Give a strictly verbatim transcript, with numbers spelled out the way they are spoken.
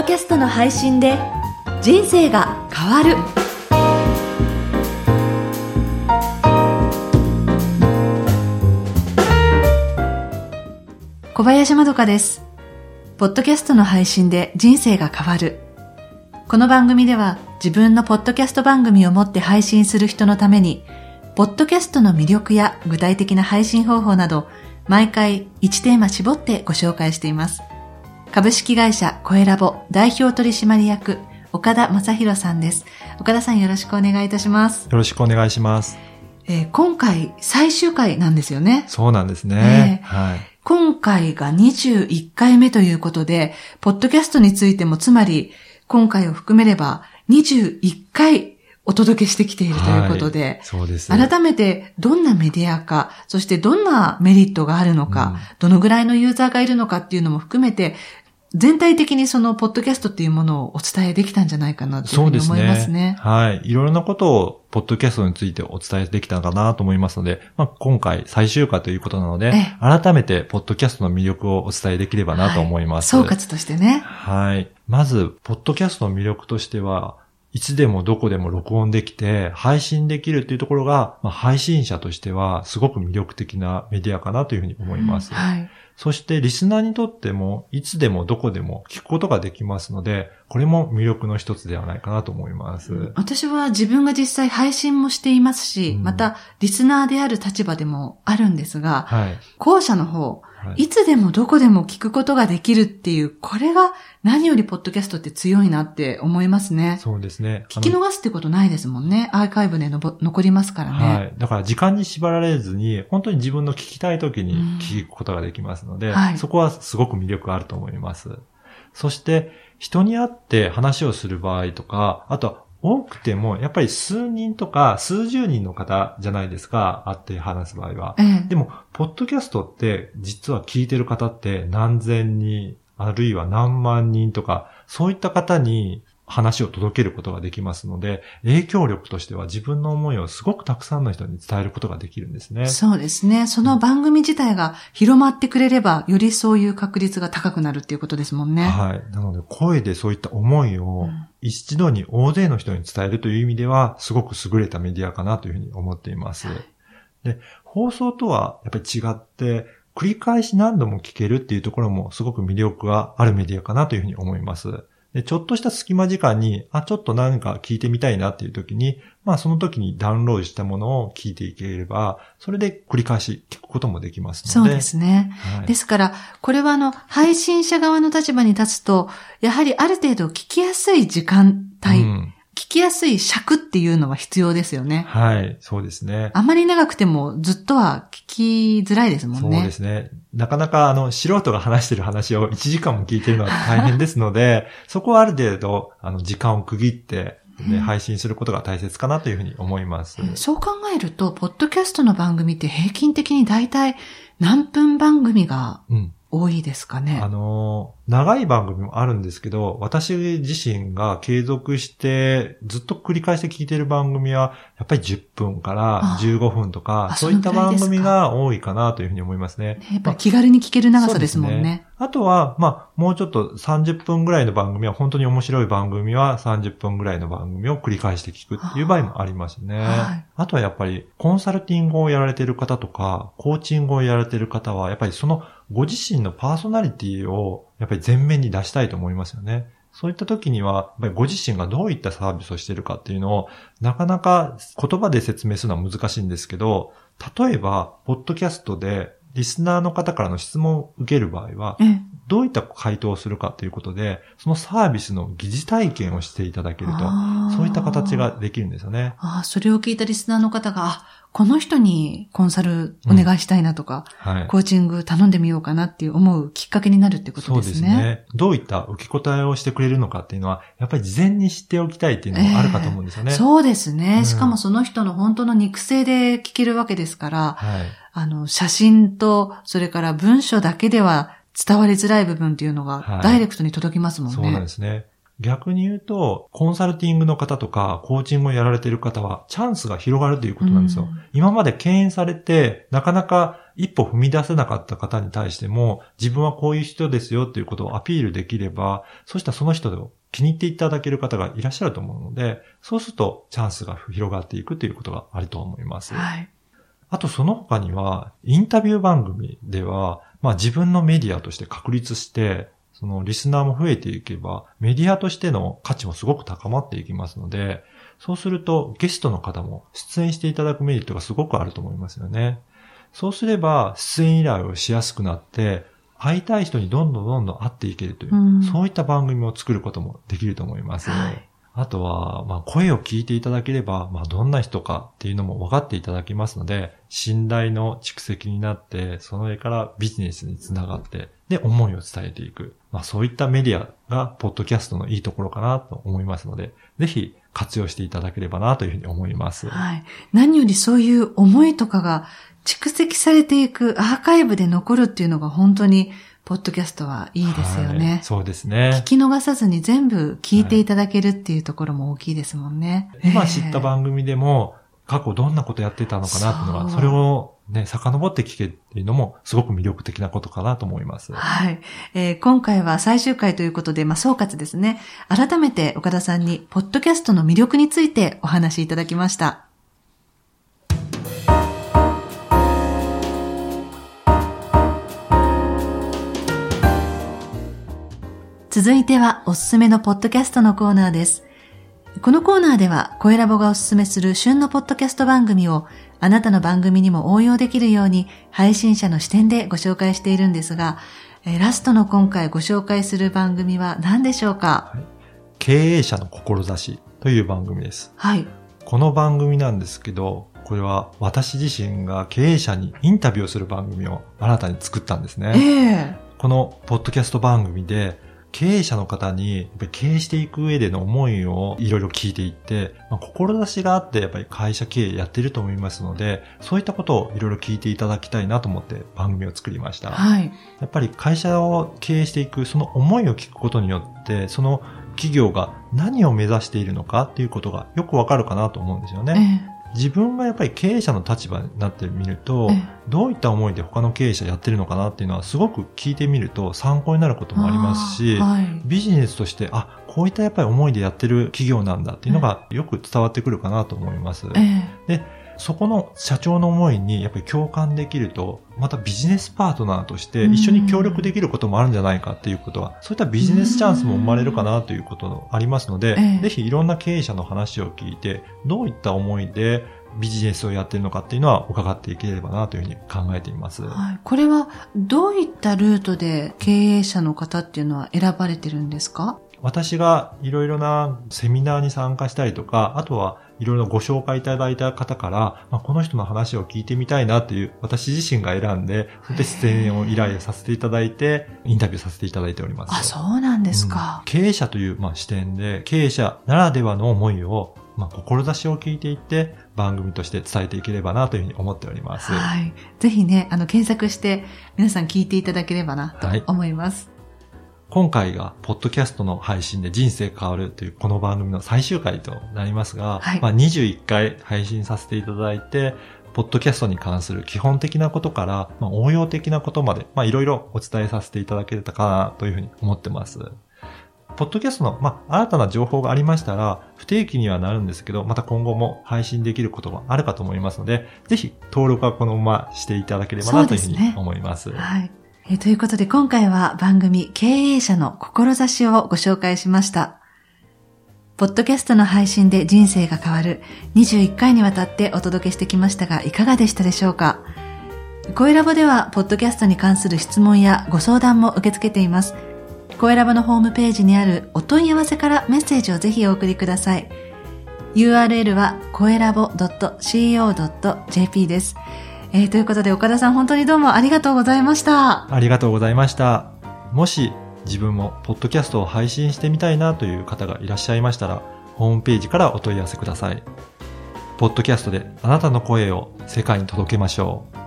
キャストの配信で人生が変わる。小林まどかです。ポッドキャストの配信で人生が変わる。この番組では自分のポッドキャスト番組を持って配信する人のために、ポッドキャストの魅力や具体的な配信方法など、毎回いちテーマ絞ってご紹介しています。株式会社コエラボ代表取締役岡田正宏さんです。岡田さん、よろしくお願いいたします。 よろしくお願いします。 えー、今回最終回なんですよね。 そうなんですね。 えー、 はい。 今回がにじゅういっかいめということで、ポッドキャストについてもつまり今回を含めればにじゅういっかいお届けしてきているということで、はい、 そうです。 改めてどんなメディアか、そしてどんなメリットがあるのか、うん、どのぐらいのユーザーがいるのかっていうのも含めて、全体的にそのポッドキャストっていうものをお伝えできたんじゃないかなというふうに思いますね。そうですね。 はい。いろいろなことをポッドキャストについてお伝えできたかなと思いますので、まあ、今回最終回ということなので、改めてポッドキャストの魅力をお伝えできればなと思います。 はい、総括としてね。 はい。まず、ポッドキャストの魅力としては、いつでもどこでも録音できて配信できるっていうところが、まあ、配信者としてはすごく魅力的なメディアかなというふうに思います。うん、はい。そしてリスナーにとってもいつでもどこでも聞くことができますので、これも魅力の一つではないかなと思います。うん、 私は自分が実際配信もしていますし、うん、またリスナーである立場でもあるんですが、はい、後者の方、はい、いつでもどこでも聞くことができるっていう、これが何よりポッドキャストって強いなって思いますね。 そうですね。 聞き逃すってことないですもんね。アーカイブでのぼ残りますからね。 はい。だから時間に縛られずに、本当に自分の聞きたい時に聞くことができますので、うんはい、そこはすごく魅力があると思います。そして、人に会って話をする場合とか、あとは多くても、やっぱり数人とか数十人の方じゃないですか、会って話す場合は。ええ、でも、ポッドキャストって実は聞いてる方って何千人、あるいは何万人とか、そういった方に話を届けることができますので、影響力としては自分の思いをすごくたくさんの人に伝えることができるんですね。 そうですね。その番組自体が広まってくれれば、よりそういう確率が高くなるっていうことですもんね。 はい。なので、声でそういった思いを一度に大勢の人に伝えるという意味では、すごく優れたメディアかなというふうに思っています。はい、で、放送とはやっぱり違って、繰り返し何度も聞けるっていうところもすごく魅力があるメディアかなというふうに思います。で、ちょっとした隙間時間に、あ、ちょっと何か聞いてみたいなっていう時に、まあその時にダウンロードしたものを聞いていければ、それで繰り返し聞くこともできますので。 そうですね。はい、ですから、これはあの、配信者側の立場に立つと、やはりある程度聞きやすい時間帯、うん聞きやすい尺っていうのは必要ですよね。 はい、そうですね。 あまり長くてもずっとは聞きづらいですもんね。 そうですね。なかなかあの、素人が話してる話をいちじかんも聞いてるのは大変ですので、そこはある程度、あの、時間を区切って、ね、配信することが大切かなというふうに思います。 そう考えると、ポッドキャストの番組って平均的に大体何分番組が、うん多いですかね。 あの、長い番組もあるんですけど、私自身が継続してずっと繰り返して聞いている番組は、やっぱりじゅっぷんからじゅうごふんとか、そういった番組が多いかなというふうに思いますね。 やっぱり気軽に聞ける長さですもんね。まあ、そうですね。 あとは、まあ、もうちょっとさんじゅっぷんぐらいの番組は、本当に面白い番組はさんじゅっぷんぐらいの番組を繰り返して聞くっていう場合もありますね。はい、あとはやっぱり、コンサルティングをやられている方とか、コーチングをやられている方は、やっぱりそのご自身のパーソナリティをやっぱり前面に出したいと思いますよね。そういった時には、やっぱりご自身がどういったサービスをしているかっていうのを、なかなか言葉で説明するのは難しいんですけど、例えば、ポッドキャストでリスナーの方からの質問を受ける場合は、どういった回答をするかということで、そのサービスの疑似体験をしていただけると、そういった形ができるんですよね。 ああ、それを聞いたリスナーの方が、あ、この人にコンサルお願いしたいなとか、うんはい、コーチング頼んでみようかなっていう思うきっかけになるってことですね。そうですね。 どういった受け答えをしてくれるのかっていうのは、やっぱり事前に知っておきたいっていうのもあるかと思うんですよね。 えー、そうですね、うん。しかもその人の本当の肉声で聞けるわけですから、はい、あの、写真と、それから文章だけでは伝わりづらい部分っていうのがダイレクトに届きますもんね。 はい、そうなんですね。 逆に言うと、コンサルティングの方とか、コーチングをやられている方は、チャンスが広がるということなんですよ。うん、今まで敬遠されて、なかなか一歩踏み出せなかった方に対しても、自分はこういう人ですよっていうことをアピールできれば、そうしたらその人を気に入っていただける方がいらっしゃると思うので、そうするとチャンスが広がっていくということがあると思います。はい。あとその他には、インタビュー番組では、まあ自分のメディアとして確立して、そのリスナーも増えていけば、メディアとしての価値もすごく高まっていきますので、そうするとゲストの方も出演していただくメリットがすごくあると思いますよね。そうすれば出演依頼をしやすくなって、会いたい人にどんどんどんどん会っていけるという、うん、そういった番組を作ることもできると思います。はい、あとは、まあ声を聞いていただければ、まあどんな人かっていうのも分かっていただきますので、信頼の蓄積になって、その上からビジネスにつながって、で、思いを伝えていく。まあそういったメディアが、ポッドキャストのいいところかなと思いますので、ぜひ活用していただければなというふうに思います。 はい。何よりそういう思いとかが蓄積されていく、アーカイブで残るっていうのが本当に、ポッドキャストはいいですよね。 はい、そうですね。 聞き逃さずに全部聞いていただけるっていうところも大きいですもんね。 はい、今知った番組でも、過去どんなことやってたのかなっていうのが、それをね、遡って聞けっていうのもすごく魅力的なことかなと思います。 はい。えー、今回は最終回ということで、まあ、総括ですね。改めて岡田さんに、ポッドキャストの魅力についてお話しいただきました。続いてはおすすめのポッドキャストのコーナーです。このコーナーでは、声ラボがおすすめする旬のポッドキャスト番組をあなたの番組にも応用できるように配信者の視点でご紹介しているんですが、ラストの今回ご紹介する番組は何でしょうか？はい、 経営者の志という番組です。はい。この番組なんですけど、これは私自身が経営者にインタビューをする番組を新たに作ったんですね。えー、このポッドキャスト番組で経営者の方にやっぱり経営していく上での思いをいろいろ聞いていって、まあ、志があってやっぱり会社経営やっていると思いますので、そういったことをいろいろ聞いていただきたいなと思って番組を作りました。はい。やっぱり会社を経営していくその思いを聞くことによって、その企業が何を目指しているのかっていうことがよくわかるかなと思うんですよね。えー自分がやっぱり経営者の立場になってみると、どういった思いで他の経営者やってるのかなっていうのはすごく聞いてみると参考になることもありますし、はい、ビジネスとして、あ、こういったやっぱり思いでやってる企業なんだっていうのがよく伝わってくるかなと思います。で、そこの社長の思いにやっぱり共感できると、またビジネスパートナーとして一緒に協力できることもあるんじゃないかっていうことは、そういったビジネスチャンスも生まれるかなということがありますので、ぜひいろんな経営者の話を聞いて、どういった思いでビジネスをやっているのかっていうのは伺っていければなというふうに考えています。 はい、これはどういったルートで経営者の方っていうのは選ばれてるんですか？ 私がいろいろなセミナーに参加したりとか、あとはいろいろご紹介いただいた方から、まあ、この人の話を聞いてみたいなという私自身が選んで、それで出演を依頼させていただいて、インタビューさせていただいております。 あ、そうなんですか。 うん、経営者という、まあ、視点で、経営者ならではの思いを、まあ、志を聞いていって、番組として伝えていければなというふうに思っております。 はい。ぜひね、あの、検索して皆さん聞いていただければなと思います。はい、 今回が、ポッドキャストの配信で人生変わるというこの番組の最終回となりますが、はい、まあ、にじゅういっかい配信させていただいて、ポッドキャストに関する基本的なことから、まあ、応用的なことまで、まあ、いろいろお伝えさせていただけたかなというふうに思ってます。ポッドキャストの、まあ、新たな情報がありましたら、不定期にはなるんですけど、また今後も配信できることがあるかと思いますので、ぜひ登録はこのまましていただければなというふうに思います。 そうですね。はい。えー、ということで今回は番組経営者の志をご紹介しました。ポッドキャストの配信で人生が変わるにじゅういっかいにわたってお届けしてきましたがいかがでしたでしょうか？声ラボではポッドキャストに関する質問やご相談も受け付けています。声ラボのホームページにあるお問い合わせからメッセージをぜひお送りください。ユーアールエル は声ラボ ドット シーオー ドット ジェーピー です。えー、ということで岡田さん本当にどうもありがとうございました。 ありがとうございました。もし自分もポッドキャストを配信してみたいなという方がいらっしゃいましたら、ホームページからお問い合わせください。ポッドキャストであなたの声を世界に届けましょう。